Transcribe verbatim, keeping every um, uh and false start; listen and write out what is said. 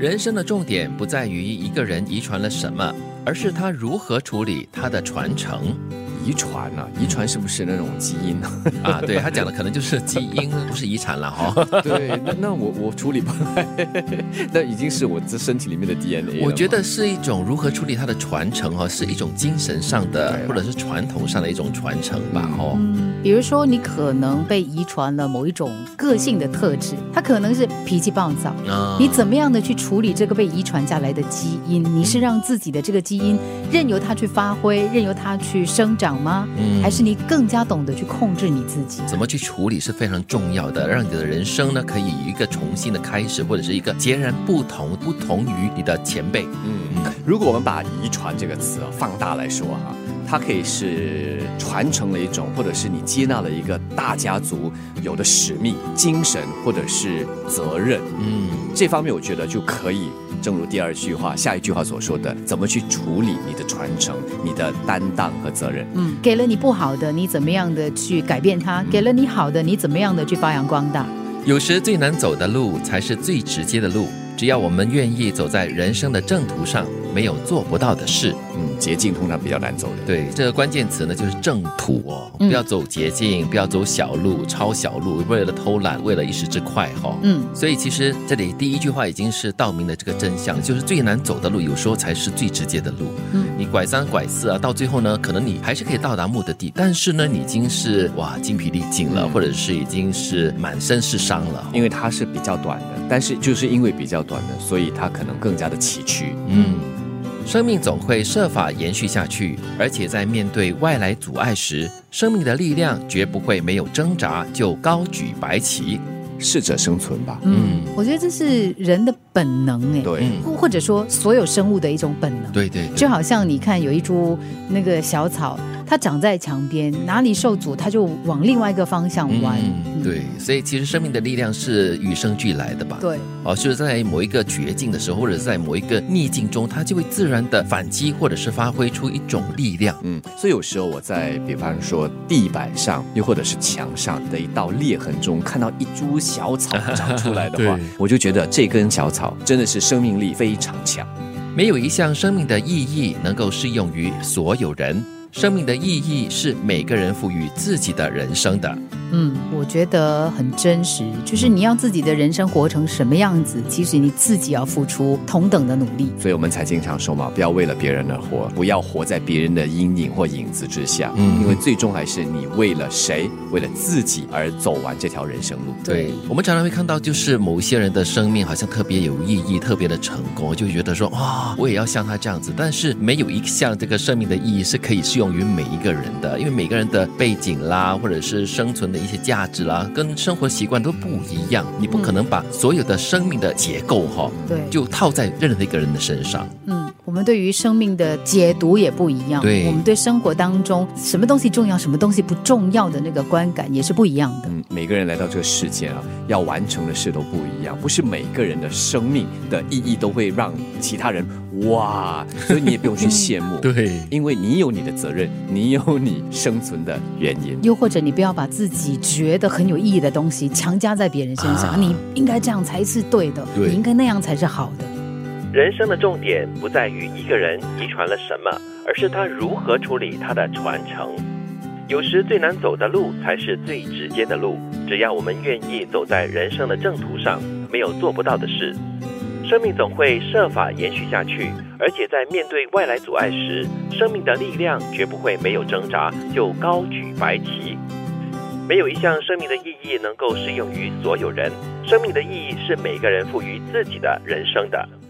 人生的重点不在于一个人遗传了什么，而是他如何处理他的传承。 遗传啊，遗传是不是那种基因啊？对，他讲的可能就是基因，不是遗产了哈、 哦。对，那那我我处理不来，那已经是我这身体里面的 D N A 了。 我觉得是一种如何处理它的传承哈、哦，是一种精神上的或者是传统上的一种传承吧哦。 嗯，比如说你可能被遗传了某一种个性的特质，它可能是脾气暴躁、啊、你怎么样的去处理这个被遗传下来的基因？你是让自己的这个基因任由它去发挥，任由它去生长吗？嗯，还是你更加懂得去控制你自己？ 怎么去处理是非常重要的，让你的人生呢可以有一个重新的开始，或者是一个截然不同不同于你的前辈。 嗯，如果我们把遗传这个词放大来说哈，它可以是传承了一种，或者是你接纳了一个大家族有的使命、精神或者是责任。嗯，这方面我觉得就可以。正如第二句话下一句话所说的，怎么去处理你的传承、你的担当和责任。 嗯，给了你不好的，你怎么样的去改变它、嗯、给了你好的，你怎么样的去发扬光大。 有时最难走的路才是最直接的路，只要我们愿意走在人生的正途上，没有做不到的事。 嗯，捷径通常比较难走的。 对，这个关键词呢就是正途哦，嗯、不要走捷径，不要走小路、抄小路，为了偷懒，为了一时之快哈、哦。嗯，所以其实这里第一句话已经是道明了这个真相，就是最难走的路，有时候才是最直接的路。嗯，你拐三拐四啊，到最后呢，可能你还是可以到达目的地，但是呢，你已经是哇精疲力尽了，嗯、或者是已经是满身是伤了， 因为它是比较短的，但是就是因为比较短的，所以它可能更加的崎岖。 嗯。生命总会设法延续下去，而且在面对外来阻碍时，生命的力量绝不会没有挣扎就高举白旗， 适者生存吧。 嗯，我觉得这是人的本能哎， 对， 或者说所有生物的一种本能。 对对对， 就好像你看有一株那个小草，它长在墙边，哪里受阻，它就往另外一个方向弯。 嗯嗯、对，所以其实生命的力量是与生俱来的吧？ 对， 哦，就是在某一个绝境的时候，或者是在某一个逆境中，它就会自然的反击，或者是发挥出一种力量。 嗯，所以有时候我在比方说地板上，又或者是墙上的一道裂痕中，看到一株小草长出来的话，我就觉得这根小草真的是生命力非常强。 没有一项生命的意义能够适用于所有人，生命的意义是每个人赋予自己的人生的。 嗯，我觉得很真实，就是你要自己的人生活成什么样子，其实你自己要付出同等的努力。 所以我们才经常说嘛，不要为了别人而活，不要活在别人的阴影或影子之下。嗯，因为最终还是你为了谁，为了自己而走完这条人生路。 对，我们常常会看到，就是某些人的生命好像特别有意义，特别的成功，就觉得说哇，我也要像他这样子。但是没有一项这个生命的意义是可以适用于每一个人的，因为每个人的背景啦，或者是生存的一些价值啦，跟生活习惯都不一样，你不可能把所有的生命的结构哈、嗯，对，就套在任何一个人的身上。 嗯，我们对于生命的解读也不一样， 对， 我们对生活当中什么东西重要，什么东西不重要的那个观感也是不一样的。 嗯，每个人来到这个世界啊，要完成的事都不一样，不是每个人的生命的意义都会让其他人哇，所以你也不用去羡慕， 对， 因为你有你的责任，你有你生存的原因。 又或者你不要把自己觉得很有意义的东西强加在别人身上、啊、你应该这样才是对的，对，你应该那样才是好的。 人生的重点不在于一个人遗传了什么，而是他如何处理他的传承。有时最难走的路才是最直接的路，只要我们愿意走在人生的正途上，没有做不到的事。生命总会设法延续下去，而且在面对外来阻碍时，生命的力量绝不会没有挣扎就高举白旗。没有一项生命的意义能够适用于所有人，生命的意义是每个人赋予自己的人生的。